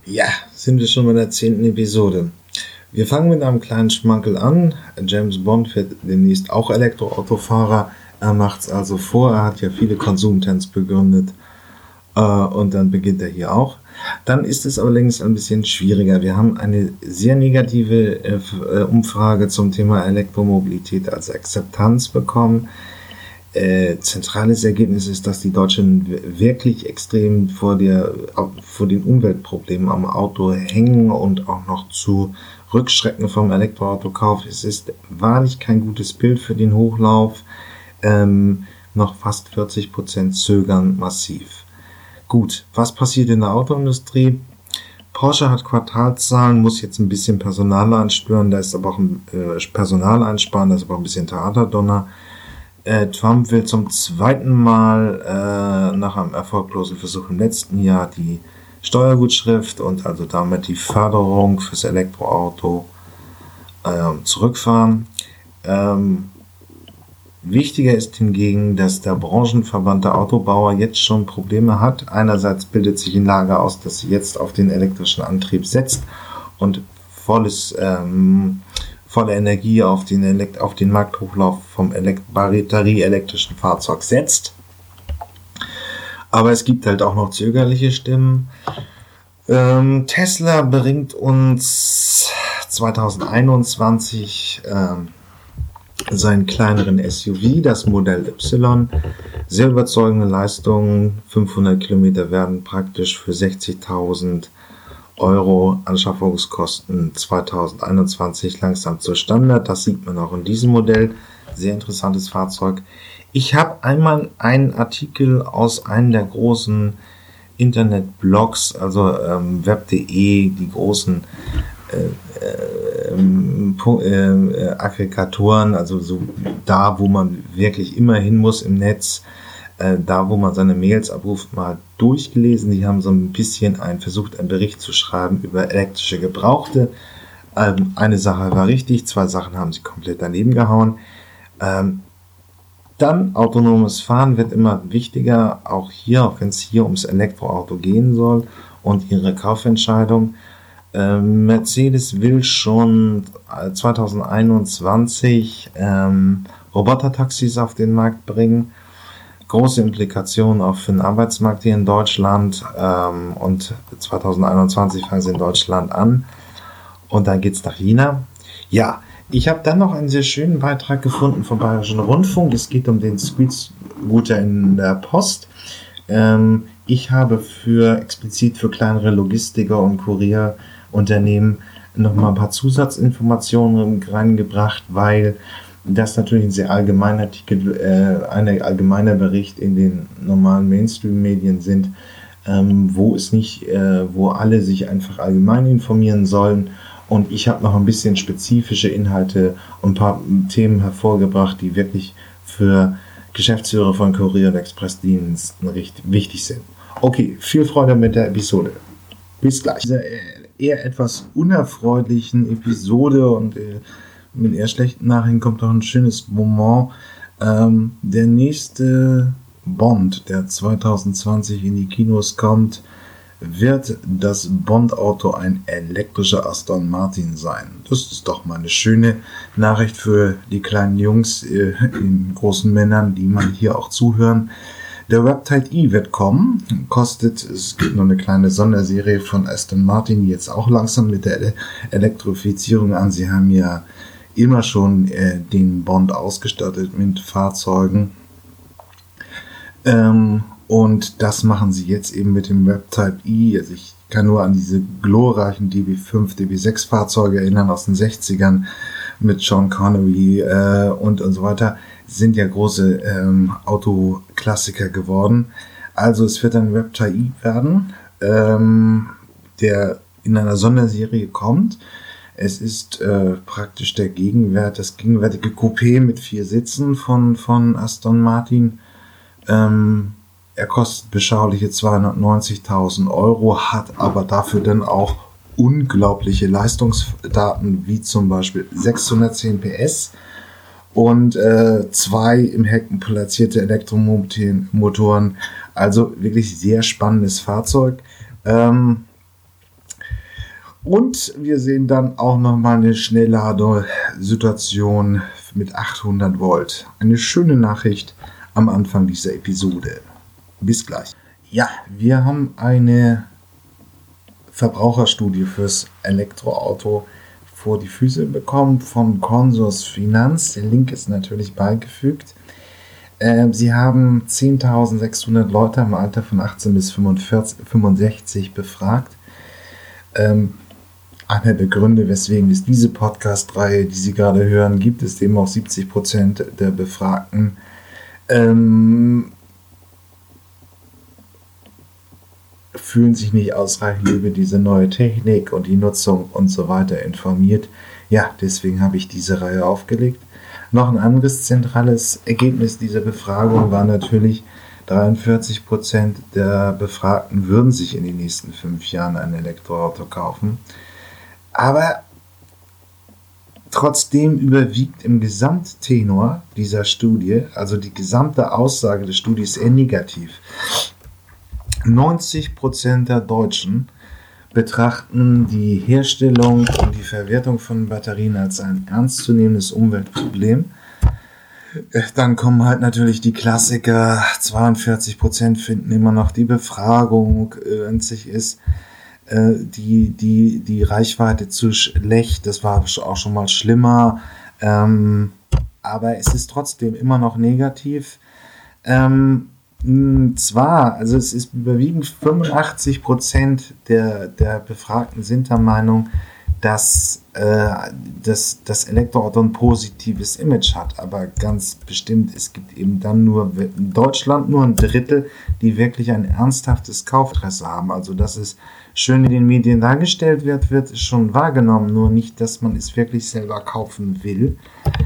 Ja, sind wir schon bei der 10. Episode. Wir fangen mit einem kleinen Schmankerl an. James Bond wird demnächst auch Elektroautofahrer. Er macht es also vor. Er hat ja viele Konsumtrends begründet. Und dann beginnt er hier auch. Dann ist es allerdings ein bisschen schwieriger. Wir haben eine sehr negative Umfrage zum Thema Elektromobilität als Akzeptanz bekommen. Zentrales Ergebnis ist, dass die Deutschen wirklich extrem vor den Umweltproblemen am Auto hängen und auch noch zurückschrecken vom Elektroautokauf. Es ist wahrlich kein gutes Bild für den Hochlauf. Noch fast 40% zögern massiv. Gut, was passiert in der Autoindustrie? Porsche hat Quartalszahlen, muss jetzt ein bisschen Personal einsparen, da ist aber auch ein bisschen Theaterdonner. Trump will zum zweiten Mal nach einem erfolglosen Versuch im letzten Jahr die Steuergutschrift und also damit die Förderung fürs Elektroauto zurückfahren. Wichtiger ist hingegen, dass der Branchenverband der Autobauer jetzt schon Probleme hat. Einerseits bildet sich in Lage aus, dass sie jetzt auf den elektrischen Antrieb setzt und volle Energie auf den Markthochlauf vom batterieelektrischen Fahrzeug setzt. Aber es gibt halt auch noch zögerliche Stimmen. Tesla bringt uns 2021 seinen kleineren SUV, das Modell Y. Sehr überzeugende Leistungen. 500 Kilometer werden praktisch für 60.000 Euro Anschaffungskosten 2021 langsam zur Standard. Das sieht man auch in diesem Modell. Sehr interessantes Fahrzeug. Ich habe einmal einen Artikel aus einem der großen Internetblogs, also web.de, die großen Aggregatoren, also so da, wo man wirklich immer hin muss im Netz, da, wo man seine Mails abruft, mal durchgelesen. Die haben so ein bisschen versucht, einen Bericht zu schreiben über elektrische Gebrauchte. Eine Sache war richtig, 2 Sachen haben sie komplett daneben gehauen. Dann autonomes Fahren wird immer wichtiger, auch wenn es hier ums Elektroauto gehen soll und ihre Kaufentscheidung. Mercedes will schon 2021 Robotertaxis auf den Markt bringen. Große Implikationen auch für den Arbeitsmarkt hier in Deutschland. Und 2021 fangen sie in Deutschland an. Und dann geht's nach China. Ja, ich habe dann noch einen sehr schönen Beitrag gefunden vom Bayerischen Rundfunk. Es geht um den Street-Scooter in der Post. Ich habe explizit für kleinere Logistiker und Kurierunternehmen noch mal ein paar Zusatzinformationen reingebracht, weil das natürlich ein sehr allgemeiner Artikel, ein allgemeiner Bericht in den normalen Mainstream-Medien sind, wo alle sich einfach allgemein informieren sollen. Und ich habe noch ein bisschen spezifische Inhalte und ein paar Themen hervorgebracht, die wirklich für Geschäftsführer von Kurier- und Expressdiensten recht wichtig sind. Okay, viel Freude mit der Episode. Bis gleich. In dieser eher etwas unerfreulichen Episode und mit eher schlechten Nachrichten kommt noch ein schönes Moment. Der nächste Bond, der 2020 in die Kinos kommt, wird das Bond-Auto ein elektrischer Aston Martin sein. Das ist doch mal eine schöne Nachricht für die kleinen Jungs, den großen Männern, die mal hier auch zuhören. Der Riptide E wird kommen, es gibt noch eine kleine Sonderserie von Aston Martin, die jetzt auch langsam mit der Elektrifizierung an. Sie haben ja immer schon den Bond ausgestattet mit Fahrzeugen. Und das machen sie jetzt eben mit dem Riptide E. Also ich kann nur an diese glorreichen DB5, DB6 Fahrzeuge erinnern aus den 60ern mit Sean Connery und so weiter. Sind ja große Autoklassiker geworden. Also es wird ein Riptide E werden, der in einer Sonderserie kommt. Es ist praktisch das gegenwärtige Coupé mit 4 Sitzen von Aston Martin. Er kostet beschauliche 290.000 Euro, hat aber dafür dann auch unglaubliche Leistungsdaten, wie zum Beispiel 610 PS und 2 im Heck platzierte Elektromotoren. Also wirklich sehr spannendes Fahrzeug. Und wir sehen dann auch nochmal eine Schnellladesituation mit 800 Volt. Eine schöne Nachricht am Anfang dieser Episode. Bis gleich. Ja, wir haben eine Verbraucherstudie fürs Elektroauto vor die Füße bekommen von Consors Finanz. Der Link ist natürlich beigefügt. Sie haben 10.600 Leute im Alter von 18 bis 65 befragt. Einer der Gründe, weswegen es diese Podcast-Reihe, die Sie gerade hören, gibt, ist eben auch 70% der Befragten fühlen sich nicht ausreichend über diese neue Technik und die Nutzung und so weiter informiert. Ja, deswegen habe ich diese Reihe aufgelegt. Noch ein anderes zentrales Ergebnis dieser Befragung war natürlich, 43% der Befragten würden sich in den nächsten 5 Jahren ein Elektroauto kaufen. Aber trotzdem überwiegt im Gesamttenor dieser Studie, also die gesamte Aussage der Studie ist eher negativ. 90% der Deutschen betrachten die Herstellung und die Verwertung von Batterien als ein ernstzunehmendes Umweltproblem. Dann kommen halt natürlich die Klassiker. 42% finden immer noch die Befragung sich ist, die Reichweite zu schlecht. Das war auch schon mal schlimmer. Aber es ist trotzdem immer noch negativ. Also es ist überwiegend 85% der Befragten sind der Meinung, dass das Elektroauto ein positives Image hat, aber ganz bestimmt, es gibt eben dann nur in Deutschland nur ein Drittel, die wirklich ein ernsthaftes Kaufinteresse haben. Also dass es schön in den Medien dargestellt wird schon wahrgenommen, nur nicht, dass man es wirklich selber kaufen will.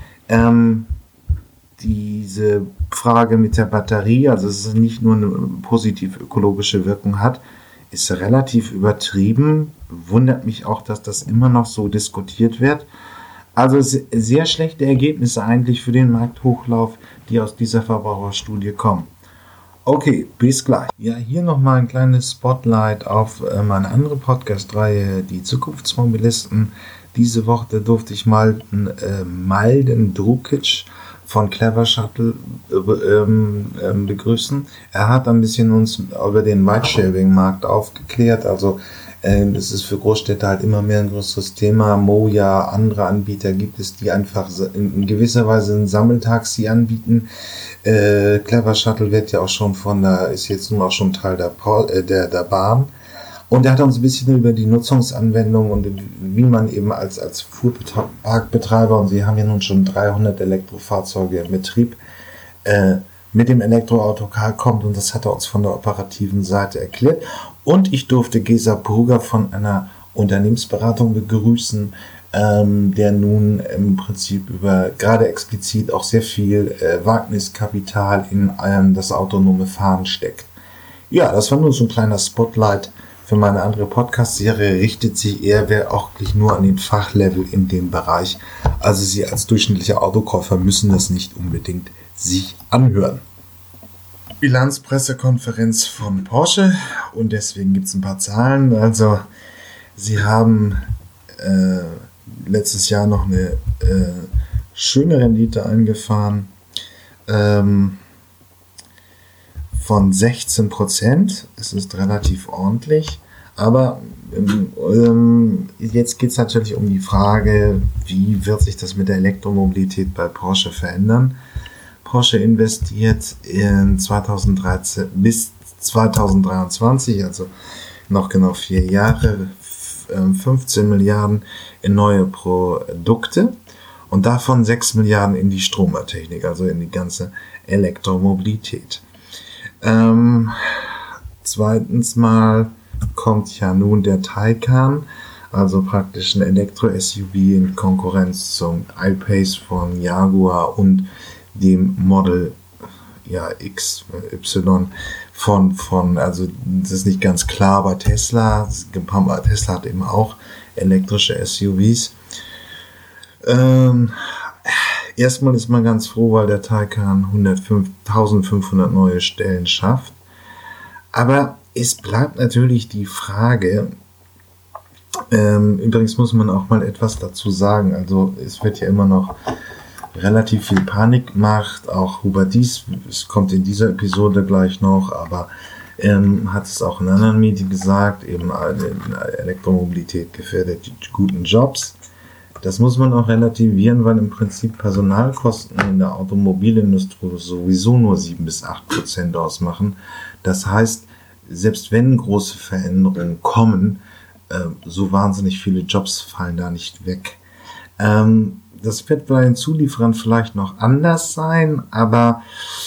Diese Frage mit der Batterie, also dass es nicht nur eine positive ökologische Wirkung hat, ist relativ übertrieben. Wundert mich auch, dass das immer noch so diskutiert wird. Also sehr schlechte Ergebnisse eigentlich für den Markthochlauf, die aus dieser Verbraucherstudie kommen. Okay, bis gleich. Ja, hier nochmal ein kleines Spotlight auf meine andere Podcast-Reihe, die Zukunftsmobilisten. Diese Woche durfte ich mal Malden Drukic von Clever Shuttle begrüßen. Er hat ein bisschen uns über den Ridesharing-Markt aufgeklärt. Also das ist für Großstädte halt immer mehr ein größeres Thema. Moja, andere Anbieter gibt es, die einfach in gewisser Weise ein Sammeltaxi anbieten. Clever Shuttle wird ja auch schon ist jetzt nun auch schon Teil der Bahn. Und er hat uns ein bisschen über die Nutzungsanwendung und wie man eben als Fuhrparkbetreiber, und sie haben ja nun schon 300 Elektrofahrzeuge im Betrieb, mit dem Elektroauto kommt, und das hat er uns von der operativen Seite erklärt. Und ich durfte Gesa Burger von einer Unternehmensberatung begrüßen, der nun im Prinzip gerade explizit auch sehr viel Wagniskapital in das autonome Fahren steckt. Ja, das war nur so ein kleiner Spotlight für meine andere Podcast-Serie, richtet sich eher auch nur an den Fachlevel in dem Bereich. Also Sie als durchschnittlicher Autokäufer müssen das nicht unbedingt sich anhören. Bilanzpressekonferenz von Porsche, und deswegen gibt es ein paar Zahlen. Also sie haben letztes Jahr noch eine schöne Rendite eingefahren von 16%. Es ist relativ ordentlich, aber jetzt geht es natürlich um die Frage, wie wird sich das mit der Elektromobilität bei Porsche verändern. Porsche investiert in 2013 bis 2023, also noch genau 4 Jahre, 15 Milliarden in neue Produkte und davon 6 Milliarden in die Stromertechnik, also in die ganze Elektromobilität. Zweitens mal kommt ja nun der Taycan, also praktisch ein Elektro-SUV in Konkurrenz zum I-Pace von Jaguar und dem Model XY also das ist nicht ganz klar bei Tesla. Tesla hat eben auch elektrische SUVs. Erstmal ist man ganz froh, weil der Taycan 1.500 neue Stellen schafft. Aber es bleibt natürlich die Frage, Übrigens muss man auch mal etwas dazu sagen. Also es wird ja immer noch relativ viel Panik gemacht. Auch Hubert Dies, es kommt in dieser Episode gleich noch, aber hat es auch in anderen Medien gesagt, eben Elektromobilität gefährdet die guten Jobs. Das muss man auch relativieren, weil im Prinzip Personalkosten in der Automobilindustrie sowieso nur 7-8% ausmachen. Das heißt, selbst wenn große Veränderungen kommen, so wahnsinnig viele Jobs fallen da nicht weg. Das wird bei den Zulieferern vielleicht noch anders sein, aber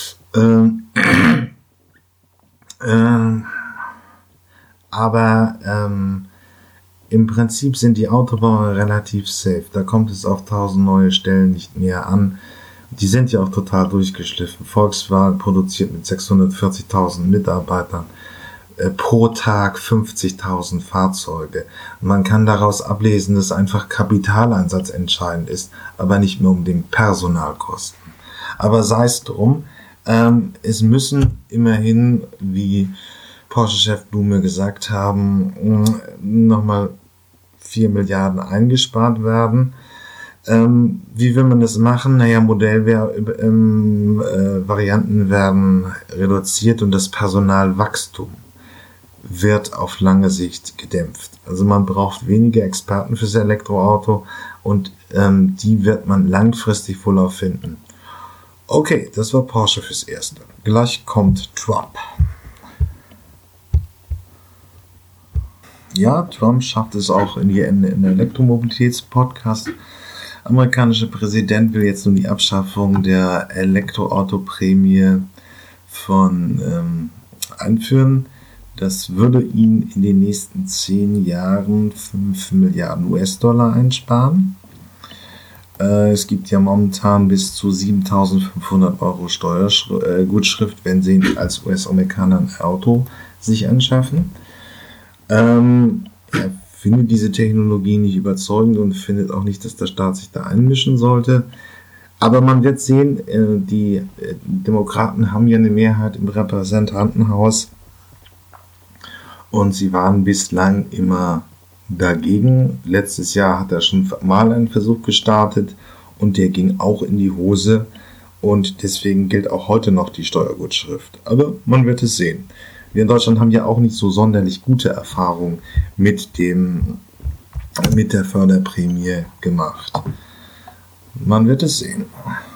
im Prinzip sind die Autobauer relativ safe. Da kommt es auf 1000 neue Stellen nicht mehr an. Die sind ja auch total durchgeschliffen. Volkswagen produziert mit 640.000 Mitarbeitern pro Tag 50.000 Fahrzeuge. Man kann daraus ablesen, dass einfach Kapitaleinsatz entscheidend ist, aber nicht mehr unbedingt Personalkosten. Aber sei es drum, es müssen immerhin, wie Porsche-Chef Blume gesagt haben, nochmal 4 Milliarden eingespart werden. Wie will man das machen? Naja, Modellvarianten werden reduziert und das Personalwachstum wird auf lange Sicht gedämpft. Also man braucht weniger Experten fürs Elektroauto und die wird man langfristig wohl auch finden. Okay, das war Porsche fürs Erste. Gleich kommt Trump. Ja, Trump schafft es auch in den Elektromobilitätspodcast. Amerikanische Präsident will jetzt nun die Abschaffung der Elektroautoprämie einführen. Das würde ihn in den nächsten 10 Jahren 5 Milliarden US-Dollar einsparen. Es gibt ja momentan bis zu 7.500 Euro Steuergutschrift, wenn Sie als US-Amerikaner ein Auto sich anschaffen. Er findet diese Technologie nicht überzeugend und findet auch nicht, dass der Staat sich da einmischen sollte. Aber man wird sehen, die Demokraten haben ja eine Mehrheit im Repräsentantenhaus und sie waren bislang immer dagegen. Letztes Jahr hat er schon mal einen Versuch gestartet und der ging auch in die Hose und deswegen gilt auch heute noch die Steuergutschrift. Aber man wird es sehen. Wir in Deutschland haben ja auch nicht so sonderlich gute Erfahrungen mit der Förderprämie gemacht. Man wird es sehen.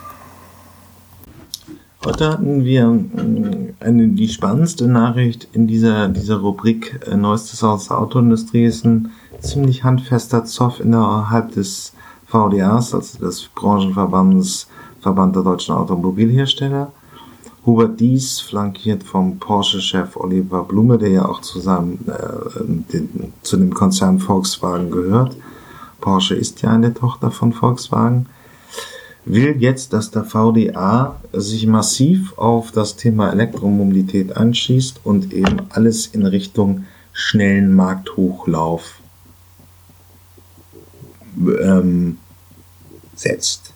Heute hatten wir die spannendste Nachricht in dieser Rubrik Neuestes aus der Autoindustrie ist ein ziemlich handfester Zoff innerhalb des VDAs, also des Branchenverbandes Verband der deutschen Automobilhersteller. Hubert Dies, flankiert vom Porsche-Chef Oliver Blume, der ja auch zu dem Konzern Volkswagen gehört. Porsche ist ja eine Tochter von Volkswagen. Will jetzt, dass der VDA sich massiv auf das Thema Elektromobilität anschießt und eben alles in Richtung schnellen Markthochlauf setzt.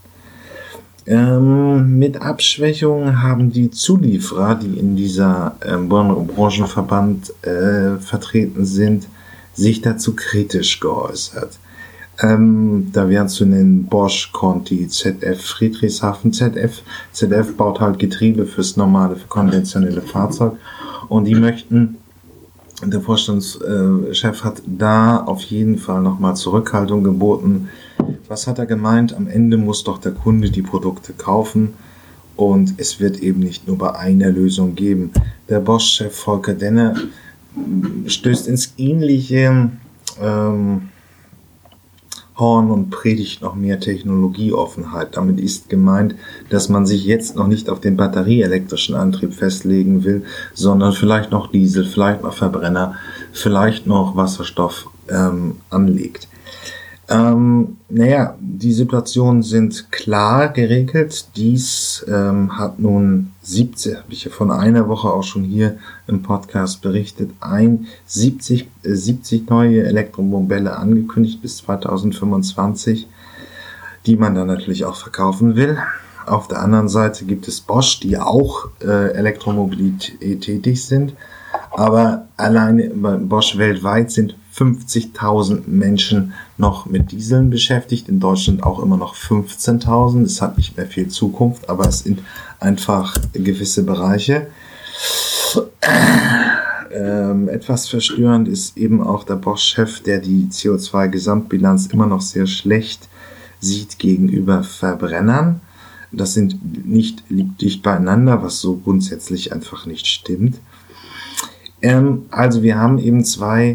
Mit Abschwächung haben die Zulieferer, die in dieser Branchenverband vertreten sind, sich dazu kritisch geäußert. Da wären zu nennen Bosch, Conti, ZF, Friedrichshafen. ZF baut halt Getriebe für konventionelle Fahrzeug und die möchten, der Vorstandschef hat da auf jeden Fall nochmal Zurückhaltung geboten. Was hat er gemeint? Am Ende muss doch der Kunde die Produkte kaufen und es wird eben nicht nur bei einer Lösung geben. Der Bosch-Chef Volker Denne stößt ins ähnliche Horn und predigt noch mehr Technologieoffenheit. Damit ist gemeint, dass man sich jetzt noch nicht auf den batterieelektrischen Antrieb festlegen will, sondern vielleicht noch Diesel, vielleicht noch Verbrenner, vielleicht noch Wasserstoff anlegt. Die Situationen sind klar geregelt. Dies hat nun 70, habe ich ja von einer Woche auch schon hier im Podcast berichtet, 70 neue Elektromobile angekündigt bis 2025, die man dann natürlich auch verkaufen will. Auf der anderen Seite gibt es Bosch, die auch Elektromobilität tätig sind, Aber alleine bei Bosch weltweit sind 50.000 Menschen noch mit Dieseln beschäftigt, in Deutschland auch immer noch 15.000. Es hat nicht mehr viel Zukunft, aber es sind einfach gewisse Bereiche. Etwas verstörend ist eben auch der Bosch-Chef, der die CO2-Gesamtbilanz immer noch sehr schlecht sieht gegenüber Verbrennern. Das liegt dicht beieinander, was so grundsätzlich einfach nicht stimmt. Also wir haben eben zwei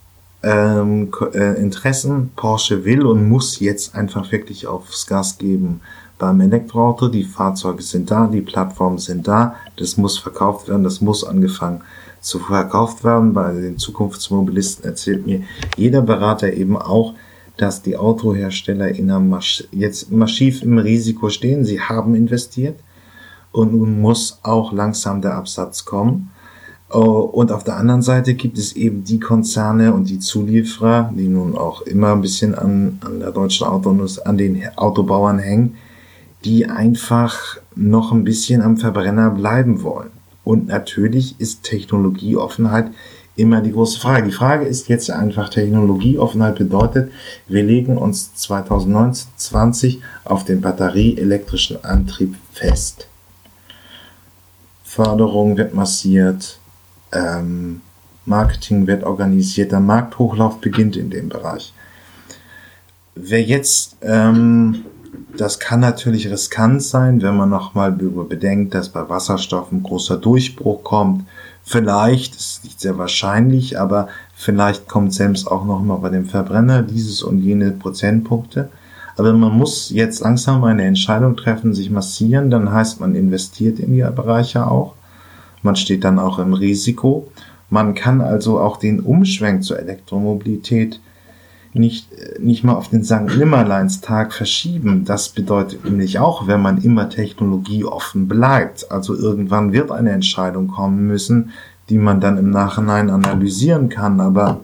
Interessen. Porsche will und muss jetzt einfach wirklich aufs Gas geben beim Elektroauto. Die Fahrzeuge sind da, die Plattformen sind da, das muss verkauft werden, das muss angefangen zu verkauft werden. Bei den Zukunftsmobilisten erzählt mir jeder Berater eben auch, dass die Autohersteller jetzt massiv im Risiko stehen. Sie haben investiert und nun muss auch langsam der Absatz kommen. Und auf der anderen Seite gibt es eben die Konzerne und die Zulieferer, die nun auch immer ein bisschen an der deutschen Autoindustrie, an den Autobauern hängen, die einfach noch ein bisschen am Verbrenner bleiben wollen. Und natürlich ist Technologieoffenheit immer die große Frage. Die Frage ist jetzt einfach, Technologieoffenheit bedeutet, wir legen uns 2020 auf den batterieelektrischen Antrieb fest. Förderung wird massiert, Marketing wird organisiert, der Markthochlauf beginnt in dem Bereich. Wer jetzt, das kann natürlich riskant sein, wenn man nochmal bedenkt, dass bei Wasserstoff ein großer Durchbruch kommt. Vielleicht, das ist nicht sehr wahrscheinlich, aber vielleicht kommt selbst auch nochmal bei dem Verbrenner dieses und jene Prozentpunkte. Aber man muss jetzt langsam eine Entscheidung treffen, sich massieren, dann heißt man investiert in die Bereiche auch. Man steht dann auch im Risiko. Man kann also auch den Umschwenk zur Elektromobilität nicht mal auf den St. Nimmerleinstag verschieben. Das bedeutet nämlich auch, wenn man immer technologieoffen bleibt. Also irgendwann wird eine Entscheidung kommen müssen, die man dann im Nachhinein analysieren kann. Aber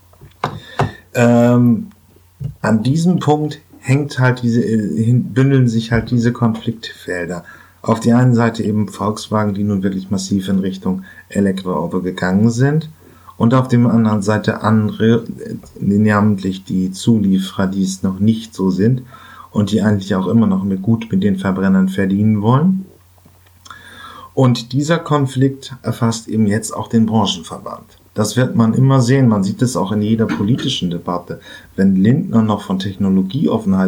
an diesem Punkt bündeln sich halt diese Konfliktfelder. Auf die einen Seite eben Volkswagen, die nun wirklich massiv in Richtung Elektroauto gegangen sind. Und auf der anderen Seite andere, namentlich die Zulieferer, die es noch nicht so sind und die eigentlich auch immer noch gut mit den Verbrennern verdienen wollen. Und dieser Konflikt erfasst eben jetzt auch den Branchenverband. Das wird man immer sehen. Man sieht es auch in jeder politischen Debatte. Wenn Lindner noch von Technologieoffenheit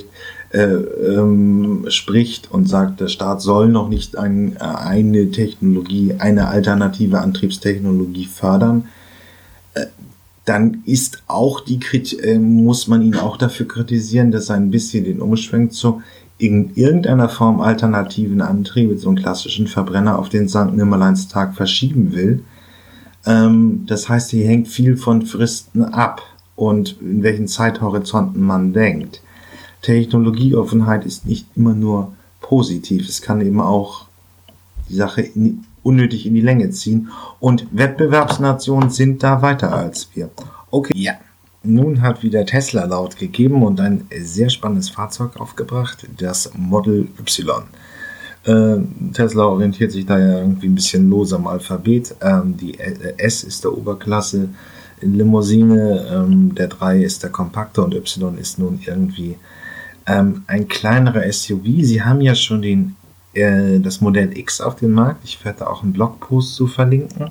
spricht und sagt, der Staat soll noch nicht eine Technologie, eine alternative Antriebstechnologie fördern, dann ist auch muss man ihn auch dafür kritisieren, dass er ein bisschen den Umschwenk zu in irgendeiner Form alternativen Antriebe, so einen klassischen Verbrenner, auf den St. Nimmerleinstag verschieben will. Das heißt, hier hängt viel von Fristen ab und in welchen Zeithorizonten man denkt. Technologieoffenheit ist nicht immer nur positiv. Es kann eben auch die Sache unnötig in die Länge ziehen. Und Wettbewerbsnationen sind da weiter als wir. Okay, ja. Nun hat wieder Tesla laut gegeben und ein sehr spannendes Fahrzeug aufgebracht, das Model Y. Tesla orientiert sich da ja irgendwie ein bisschen los am Alphabet. Die S ist der Oberklasse Limousine, der 3 ist der kompakte und Y ist nun irgendwie ein kleinerer SUV. Sie haben ja schon das Modell X auf dem Markt. Ich werde da auch einen Blogpost zu verlinken.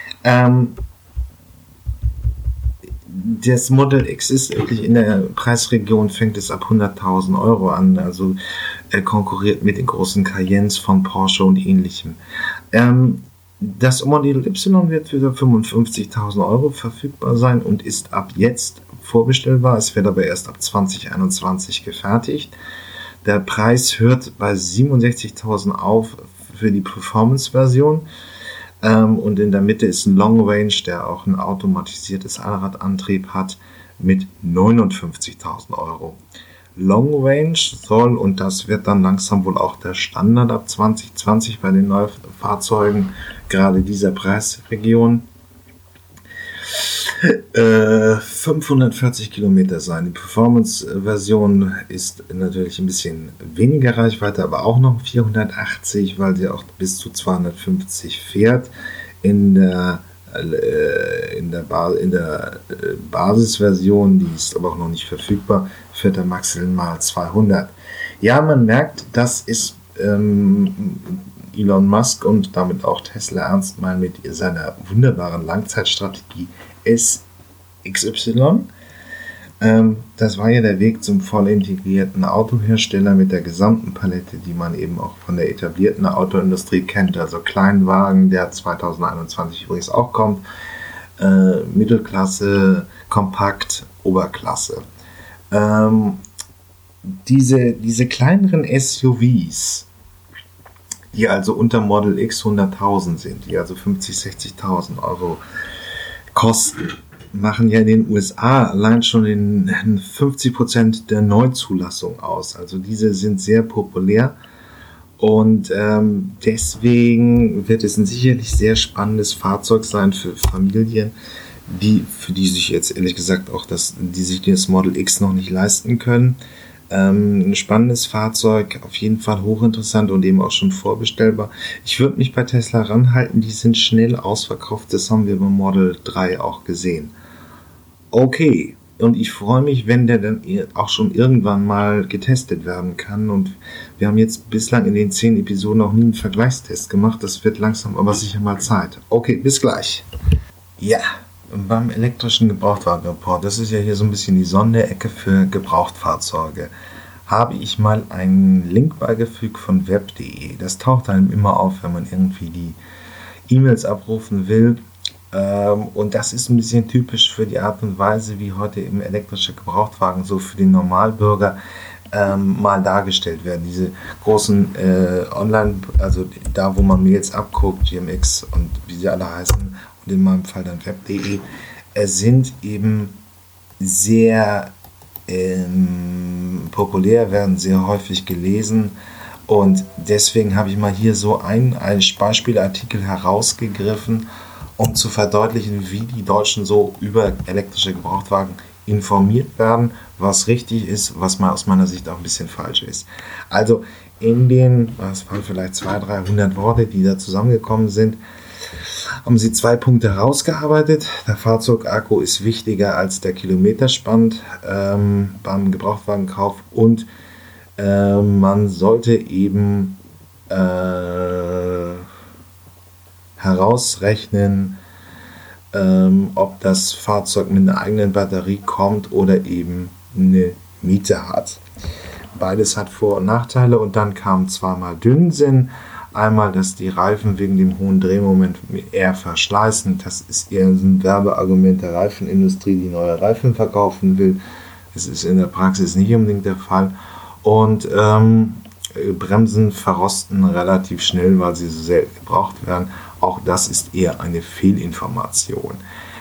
Das Model X ist wirklich in der Preisregion, fängt es ab 100.000 Euro an, also konkurriert mit den großen Cayennes von Porsche und ähnlichem. Das Model Y wird für 55.000 Euro verfügbar sein und ist ab jetzt vorbestellbar. Es wird aber erst ab 2021 gefertigt. Der Preis hört bei 67.000 auf für die Performance-Version. Und in der Mitte ist ein Long Range, der auch ein automatisiertes Allradantrieb hat, mit 59.000 Euro. Long Range soll, und das wird dann langsam wohl auch der Standard ab 2020 bei den neuen Fahrzeugen, gerade dieser Preisregion, 540 Kilometer sein. Die Performance-Version ist natürlich ein bisschen weniger Reichweite, aber auch noch 480, weil sie auch bis zu 250 fährt. In der Basisversion, die ist aber auch noch nicht verfügbar, fährt er maximal 200. Ja, man merkt, das ist Elon Musk und damit auch Tesla ernst meinen mit seiner wunderbaren Langzeitstrategie SXY. Das war ja der Weg zum voll integrierten Autohersteller mit der gesamten Palette, die man eben auch von der etablierten Autoindustrie kennt. Also Kleinwagen, der 2021 übrigens auch kommt, Mittelklasse, Kompakt, Oberklasse. Diese kleineren SUVs, die also unter Model X 100.000 sind, die also 50.000, 60.000 Euro kosten, machen ja in den USA allein schon in 50% der Neuzulassung aus. Also diese sind sehr populär und deswegen wird es ein sicherlich sehr spannendes Fahrzeug sein für Familien, für die sich jetzt ehrlich gesagt auch die sich das Model X noch nicht leisten können. Ein spannendes Fahrzeug, auf jeden Fall hochinteressant und eben auch schon vorbestellbar. Ich würde mich bei Tesla ranhalten, die sind schnell ausverkauft, das haben wir beim Model 3 auch gesehen. Okay, und ich freue mich, wenn der dann auch schon irgendwann mal getestet werden kann. Und wir haben jetzt bislang in den 10 Episoden noch nie einen Vergleichstest gemacht. Das wird langsam aber sicher mal Zeit. Okay, bis gleich. Ja, beim elektrischen Gebrauchtwagenreport, das ist ja hier so ein bisschen die Sonderecke für Gebrauchtfahrzeuge, habe ich mal einen Link beigefügt von web.de. Das taucht einem immer auf, wenn man irgendwie die E-Mails abrufen will. Und das ist ein bisschen typisch für die Art und Weise, wie heute eben elektrische Gebrauchtwagen so für den Normalbürger mal dargestellt werden. Diese großen Online, also da, wo man Mails abguckt, GMX und wie sie alle heißen, und in meinem Fall dann web.de, sind eben sehr populär, werden sehr häufig gelesen. Und deswegen habe ich mal hier so einen Beispielartikel herausgegriffen, um zu verdeutlichen, wie die Deutschen so über elektrische Gebrauchtwagen informiert werden, was richtig ist, was mal aus meiner Sicht auch ein bisschen falsch ist. Also in den, was waren vielleicht 200, 300 Worte, die da zusammengekommen sind, haben sie 2 Punkte herausgearbeitet. Der Fahrzeugakku ist wichtiger als der Kilometerstand beim Gebrauchtwagenkauf und man sollte eben herausrechnen, ob das Fahrzeug mit einer eigenen Batterie kommt oder eben eine Miete hat. Beides hat Vor- und Nachteile und dann kam zweimal Dünnsinn. Einmal, dass die Reifen wegen dem hohen Drehmoment eher verschleißen. Das ist eher ein Werbeargument der Reifenindustrie, die neue Reifen verkaufen will. Das ist in der Praxis nicht unbedingt der Fall. Und Bremsen verrosten relativ schnell, weil sie so selten gebraucht werden. Auch das ist eher eine Fehlinformation.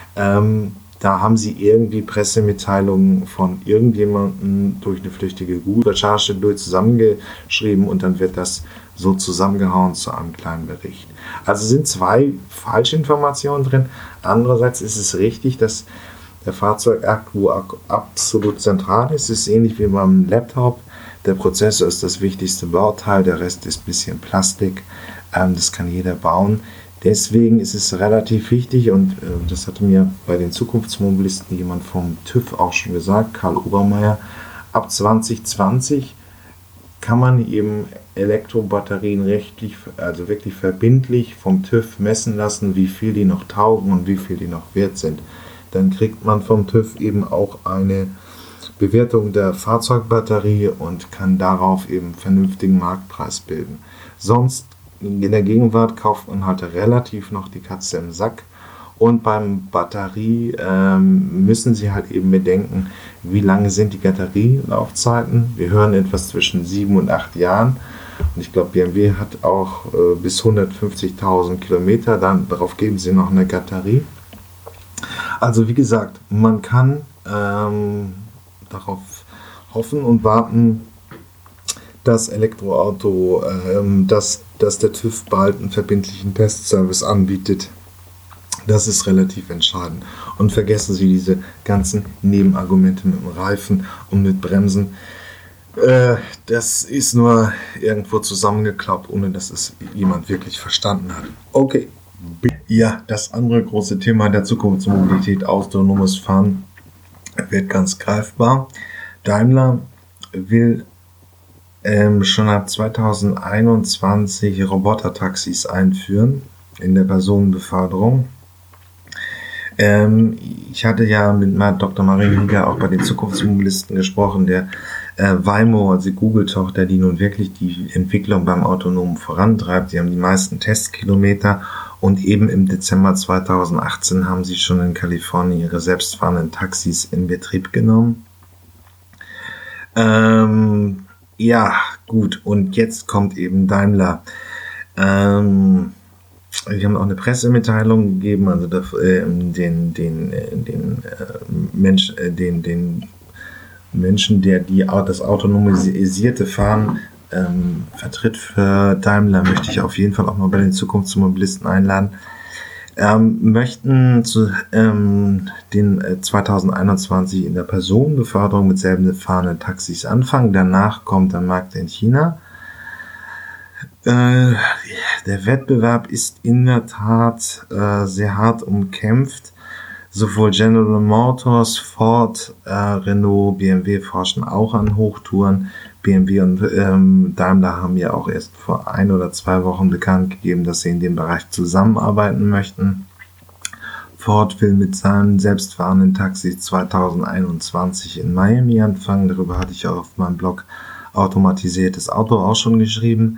Da haben sie irgendwie Pressemitteilungen von irgendjemandem durch eine flüchtige Google-Recherche zusammengeschrieben und dann wird das so zusammengehauen zu einem kleinen Bericht. Also sind 2 Falschinformationen drin. Andererseits ist es richtig, dass der Fahrzeugakku absolut zentral ist. Es ist ähnlich wie beim Laptop. Der Prozessor ist das wichtigste Bauteil, der Rest ist ein bisschen Plastik. Das kann jeder bauen. Deswegen ist es relativ wichtig und das hatte mir bei den Zukunftsmobilisten jemand vom TÜV auch schon gesagt, Karl Obermeier, ab 2020 kann man eben Elektrobatterien rechtlich, also wirklich verbindlich vom TÜV messen lassen, wie viel die noch taugen und wie viel die noch wert sind. Dann kriegt man vom TÜV eben auch eine Bewertung der Fahrzeugbatterie und kann darauf eben einen vernünftigen Marktpreis bilden. Sonst in der Gegenwart kauft man halt relativ noch die Katze im Sack und beim Batterie müssen Sie halt eben bedenken, wie lange sind die Batterielaufzeiten. Wir hören etwas zwischen 7 und 8 Jahren und ich glaube BMW hat auch bis 150.000 Kilometer, dann darauf geben Sie noch eine Batterie. Also wie gesagt, man kann darauf hoffen und warten, das Elektroauto, dass der TÜV bald einen verbindlichen Testservice anbietet. Das ist relativ entscheidend. Und vergessen Sie diese ganzen Nebenargumente mit dem Reifen und mit Bremsen. Das ist nur irgendwo zusammengeklappt, ohne dass es jemand wirklich verstanden hat. Okay, Ja, das andere große Thema der Zukunftsmobilität, autonomes Fahren, wird ganz greifbar. Daimler will schon ab 2021 Robotertaxis einführen in der Personenbeförderung. Ich hatte ja mit Dr. Marienrieger auch bei den Zukunftsmobilisten gesprochen, der Waymo, also die Google-Tochter, die nun wirklich die Entwicklung beim Autonomen vorantreibt. Sie haben die meisten Testkilometer und eben im Dezember 2018 haben sie schon in Kalifornien ihre selbstfahrenden Taxis in Betrieb genommen. Ja, gut, und jetzt kommt eben Daimler. Die haben auch eine Pressemitteilung gegeben, also den Menschen, der das autonomisierte Fahren vertritt für Daimler, möchte ich auf jeden Fall auch mal bei den Zukunftsmobilisten einladen. Möchten den 2021 in der Personenbeförderung mit selbstfahrenden Taxis anfangen. Danach kommt der Markt in China. Der Wettbewerb ist in der Tat sehr hart umkämpft. Sowohl General Motors, Ford, Renault, BMW forschen auch an Hochtouren. BMW und Daimler haben ja auch erst vor 1 oder 2 Wochen bekannt gegeben, dass sie in dem Bereich zusammenarbeiten möchten. Ford will mit seinen selbstfahrenden Taxis 2021 in Miami anfangen. Darüber hatte ich auf meinem Blog Automatisiertes Auto auch schon geschrieben.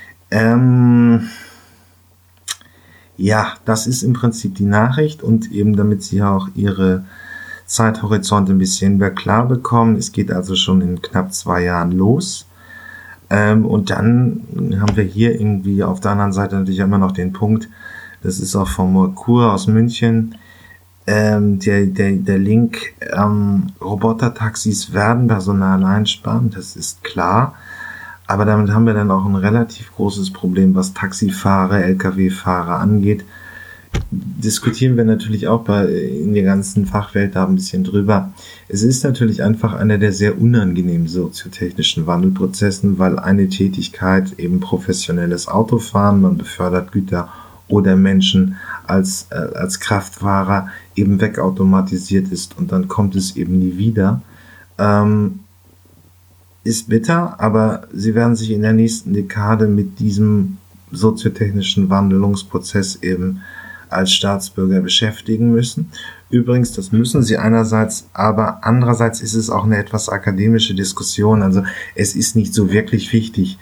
Ja, das ist im Prinzip die Nachricht und eben damit Sie auch Ihre Zeithorizont ein bisschen mehr klar bekommen. Es geht also schon in knapp 2 Jahren los. Und dann haben wir hier irgendwie auf der anderen Seite natürlich immer noch den Punkt, das ist auch vom Merkur aus München, der Link, Robotertaxis werden Personal einsparen, das ist klar. Aber damit haben wir dann auch ein relativ großes Problem, was Taxifahrer, Lkw-Fahrer angeht. Diskutieren wir natürlich auch in der ganzen Fachwelt da ein bisschen drüber. Es ist natürlich einfach einer der sehr unangenehmen soziotechnischen Wandelprozessen, weil eine Tätigkeit eben professionelles Autofahren, man befördert Güter oder Menschen als Kraftfahrer eben wegautomatisiert ist und dann kommt es eben nie wieder. Ist bitter, aber sie werden sich in der nächsten Dekade mit diesem soziotechnischen Wandlungsprozess eben als Staatsbürger beschäftigen müssen. Übrigens, das müssen sie einerseits, aber andererseits ist es auch eine etwas akademische Diskussion. Also es ist nicht so wirklich wichtig,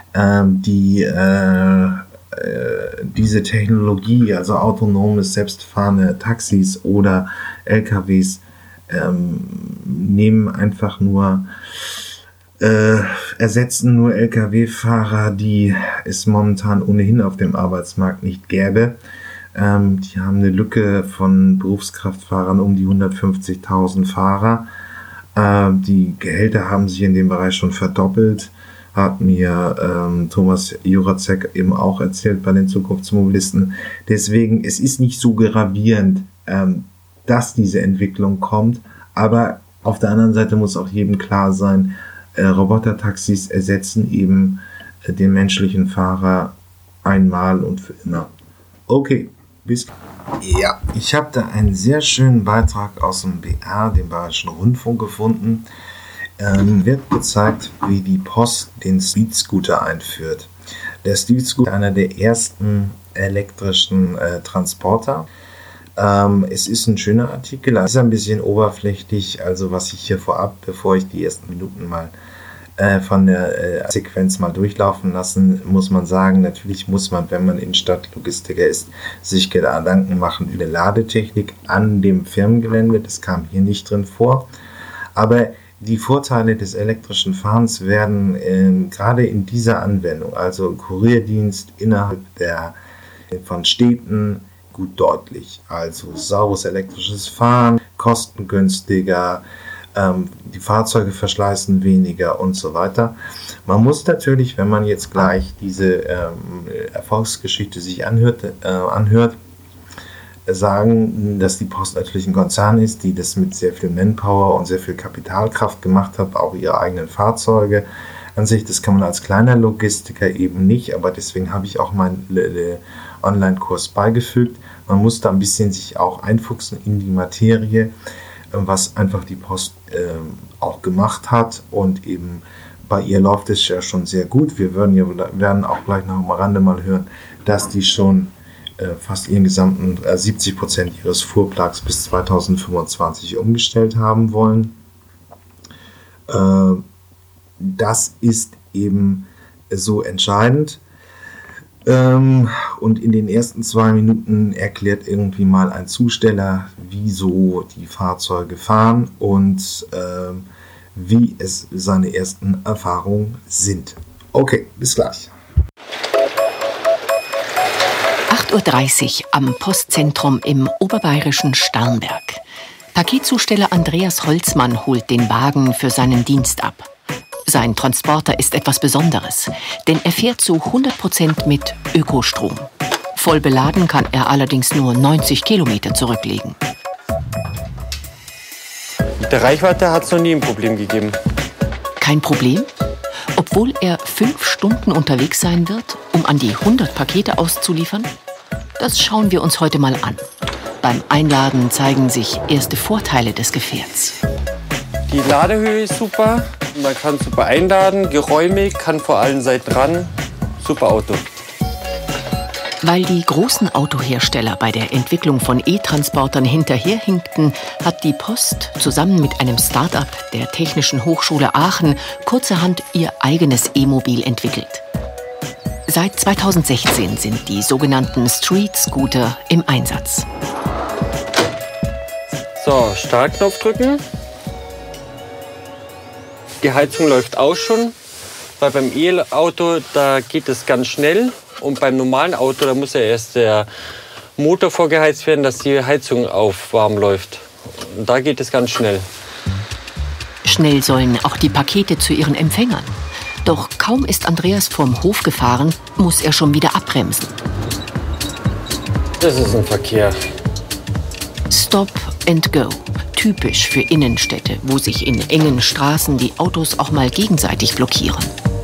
diese Technologie, also autonomes, selbstfahrende Taxis oder LKWs, nehmen einfach nur ersetzen nur Lkw-Fahrer, die es momentan ohnehin auf dem Arbeitsmarkt nicht gäbe. Die haben eine Lücke von Berufskraftfahrern um die 150.000 Fahrer. Die Gehälter haben sich in dem Bereich schon verdoppelt, hat mir Thomas Juracek eben auch erzählt bei den Zukunftsmobilisten. Deswegen, es ist nicht so gravierend, dass diese Entwicklung kommt, aber auf der anderen Seite muss auch jedem klar sein, Robotertaxis ersetzen eben den menschlichen Fahrer einmal und für immer. Okay, bis. Ja, ich habe da einen sehr schönen Beitrag aus dem BR, dem Bayerischen Rundfunk, gefunden. Wird gezeigt, wie die Post den Street Scooter einführt. Der Street Scooter ist einer der ersten elektrischen Transporter. Es ist ein schöner Artikel, es ist ein bisschen oberflächlich, also was ich hier vorab, bevor ich die ersten Minuten mal von der Sequenz mal durchlaufen lassen, muss man sagen, natürlich muss man, wenn man Innenstadtlogistiker ist, sich Gedanken machen über Ladetechnik an dem Firmengelände, das kam hier nicht drin vor, aber die Vorteile des elektrischen Fahrens werden gerade in dieser Anwendung, also Kurierdienst innerhalb von Städten, gut deutlich. Also sauberes elektrisches Fahren, kostengünstiger, die Fahrzeuge verschleißen weniger und so weiter. Man muss natürlich, wenn man jetzt gleich diese Erfolgsgeschichte sich anhört, sagen, dass die Post natürlich ein Konzern ist, die das mit sehr viel Manpower und sehr viel Kapitalkraft gemacht hat, auch ihre eigenen Fahrzeuge. an sich. Das kann man als kleiner Logistiker eben nicht, aber deswegen habe ich auch meinen Online-Kurs beigefügt. Man muss da ein bisschen sich auch einfuchsen in die Materie, was einfach die Post auch gemacht hat, und eben bei ihr läuft es ja schon sehr gut. Wir werden auch gleich noch am Rande mal hören, dass die schon fast ihren gesamten 70% ihres Fuhrparks bis 2025 umgestellt haben wollen. Das ist eben so entscheidend. Und in den ersten 2 Minuten erklärt irgendwie mal ein Zusteller, wieso die Fahrzeuge fahren und wie es seine ersten Erfahrungen sind. Okay, bis gleich. 8:30 Uhr am Postzentrum im oberbayerischen Starnberg. Paketzusteller Andreas Holzmann holt den Wagen für seinen Dienst ab. Sein Transporter ist etwas Besonderes, denn er fährt zu 100% mit Ökostrom. Voll beladen kann er allerdings nur 90 Kilometer zurücklegen. Mit der Reichweite hat es noch nie ein Problem gegeben. Kein Problem? Obwohl er 5 Stunden unterwegs sein wird, um an die 100 Pakete auszuliefern? Das schauen wir uns heute mal an. Beim Einladen zeigen sich erste Vorteile des Gefährts. Die Ladehöhe ist super, man kann super einladen, geräumig, kann vor allen Seiten ran. Super Auto. Weil die großen Autohersteller bei der Entwicklung von E-Transportern hinterherhinkten, hat die Post zusammen mit einem Start-up der Technischen Hochschule Aachen kurzerhand ihr eigenes E-Mobil entwickelt. Seit 2016 sind die sogenannten Street Scooter im Einsatz. So, Startknopf drücken. Die Heizung läuft auch schon, weil beim E-Auto, da geht es ganz schnell. Und beim normalen Auto, da muss ja erst der Motor vorgeheizt werden, dass die Heizung auf warm läuft. Und da geht es ganz schnell. Schnell sollen auch die Pakete zu ihren Empfängern. Doch kaum ist Andreas vom Hof gefahren, muss er schon wieder abbremsen. Das ist ein Verkehr. Stop and go. Typisch für Innenstädte, wo sich in engen Straßen die Autos auch mal gegenseitig blockieren.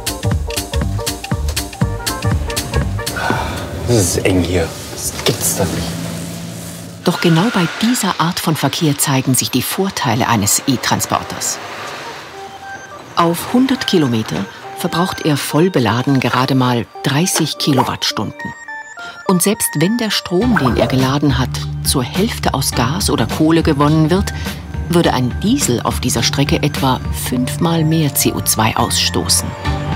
Das ist eng hier. Das gibt's da nicht. Doch genau bei dieser Art von Verkehr zeigen sich die Vorteile eines E-Transporters. Auf 100 Kilometer verbraucht er voll beladen gerade mal 30 Kilowattstunden. Und selbst wenn der Strom, den er geladen hat, zur Hälfte aus Gas oder Kohle gewonnen wird, würde ein Diesel auf dieser Strecke etwa 5-mal mehr CO2 ausstoßen.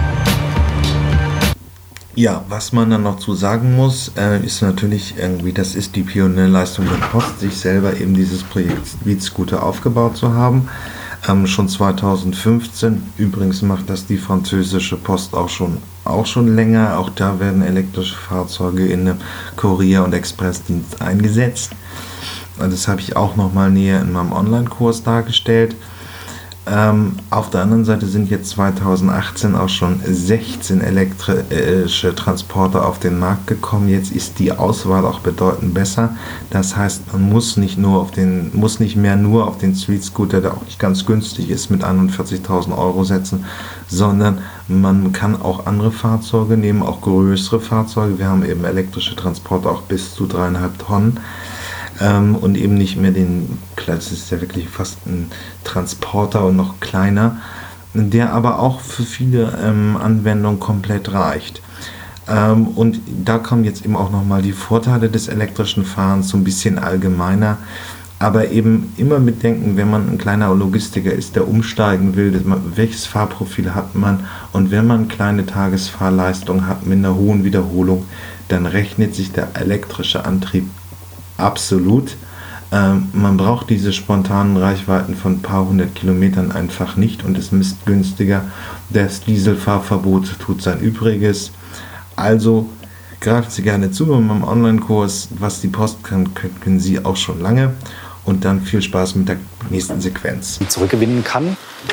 Ja, was man dann noch zu sagen muss, ist natürlich irgendwie, das ist die Pionierleistung der Post, sich selber eben dieses Projekt Street Scooter aufgebaut zu haben. Schon 2015, übrigens macht das die französische Post auch schon länger. Auch da werden elektrische Fahrzeuge in einem Kurier- und Expressdienst eingesetzt. Das habe ich auch noch mal näher in meinem Online-Kurs dargestellt. Auf der anderen Seite sind jetzt 2018 auch schon 16 elektrische Transporter auf den Markt gekommen. Jetzt ist die Auswahl auch bedeutend besser. Das heißt, man muss nicht mehr nur auf den Street Scooter, der auch nicht ganz günstig ist, mit 41.000 € setzen, sondern man kann auch andere Fahrzeuge nehmen, auch größere Fahrzeuge. Wir haben eben elektrische Transporter auch bis zu 3,5 Tonnen. Und eben nicht mehr das ist ja wirklich fast ein Transporter und noch kleiner, der aber auch für viele Anwendungen komplett reicht. Und da kommen jetzt eben auch nochmal die Vorteile des elektrischen Fahrens so ein bisschen allgemeiner, aber eben immer mitdenken, wenn man ein kleiner Logistiker ist, der umsteigen will, welches Fahrprofil hat man, und wenn man kleine Tagesfahrleistung hat mit einer hohen Wiederholung, dann rechnet sich der elektrische Antrieb absolut. Man braucht diese spontanen Reichweiten von ein paar hundert Kilometern einfach nicht, und es ist günstiger. Das Dieselfahrverbot tut sein Übriges. Also greift Sie gerne zu bei meinem Online-Kurs. Was die Post kann, können Sie auch schon lange. Und dann viel Spaß mit der nächsten Sequenz. Zurückgewinnen kann.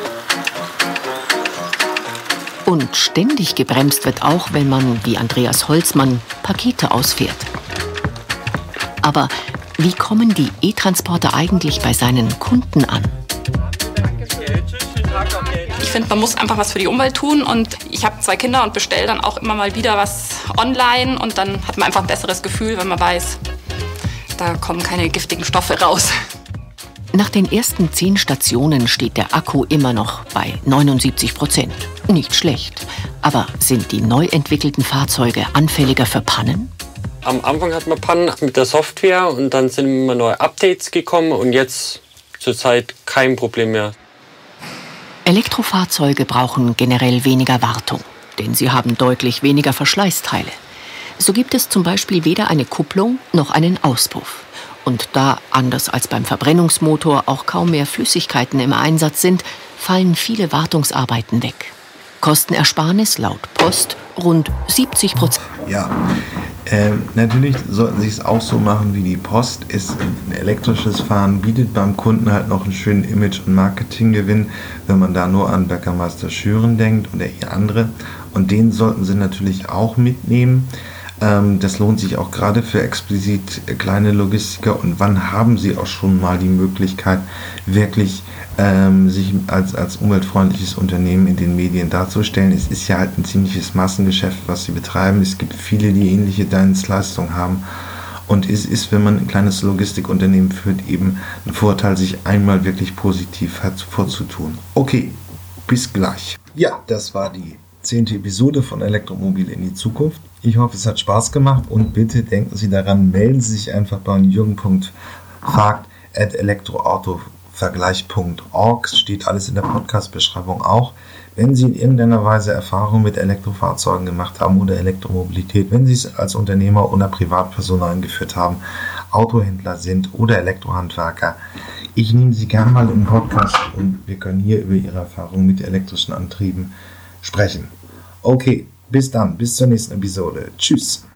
Und ständig gebremst wird auch, wenn man, wie Andreas Holzmann, Pakete ausfährt. Aber wie kommen die E-Transporter eigentlich bei seinen Kunden an? Ich finde, man muss einfach was für die Umwelt tun und ich habe 2 Kinder und bestelle dann auch immer mal wieder was online und dann hat man einfach ein besseres Gefühl, wenn man weiß, da kommen keine giftigen Stoffe raus. Nach den ersten 10 Stationen steht der Akku immer noch bei 79%. Nicht schlecht. Aber sind die neu entwickelten Fahrzeuge anfälliger für Pannen? Am Anfang hat man Pannen mit der Software und dann sind immer neue Updates gekommen und jetzt zurzeit kein Problem mehr. Elektrofahrzeuge brauchen generell weniger Wartung, denn sie haben deutlich weniger Verschleißteile. So gibt es zum Beispiel weder eine Kupplung noch einen Auspuff. Und da, anders als beim Verbrennungsmotor, auch kaum mehr Flüssigkeiten im Einsatz sind, fallen viele Wartungsarbeiten weg. Kostenersparnis laut Post rund 70%. Ja, natürlich sollten sie es auch so machen wie die Post. Ein elektrisches Fahren bietet beim Kunden halt noch einen schönen Image- und Marketinggewinn, wenn man da nur an Bäckermeister Schüren denkt oder andere. Und den sollten sie natürlich auch mitnehmen. Das lohnt sich auch gerade für explizit kleine Logistiker. Und wann haben sie auch schon mal die Möglichkeit, wirklich sich als umweltfreundliches Unternehmen in den Medien darzustellen? Es ist ja halt ein ziemliches Massengeschäft, was sie betreiben. Es gibt viele, die ähnliche Dienstleistungen haben. Und es ist, wenn man ein kleines Logistikunternehmen führt, eben ein Vorteil, sich einmal wirklich positiv vorzutun. Okay, bis gleich. Ja, das war die 10. Episode von Elektromobil in die Zukunft. Ich hoffe, es hat Spaß gemacht und bitte denken Sie daran, melden Sie sich einfach bei jürgen.fagt@elektroautovergleich.org. Steht alles in der Podcast-Beschreibung auch. Wenn Sie in irgendeiner Weise Erfahrung mit Elektrofahrzeugen gemacht haben oder Elektromobilität, wenn Sie es als Unternehmer oder Privatperson eingeführt haben, Autohändler sind oder Elektrohandwerker, ich nehme Sie gerne mal im Podcast und wir können hier über Ihre Erfahrungen mit elektrischen Antrieben sprechen. Okay, bis dann, bis zur nächsten Episode. Tschüss.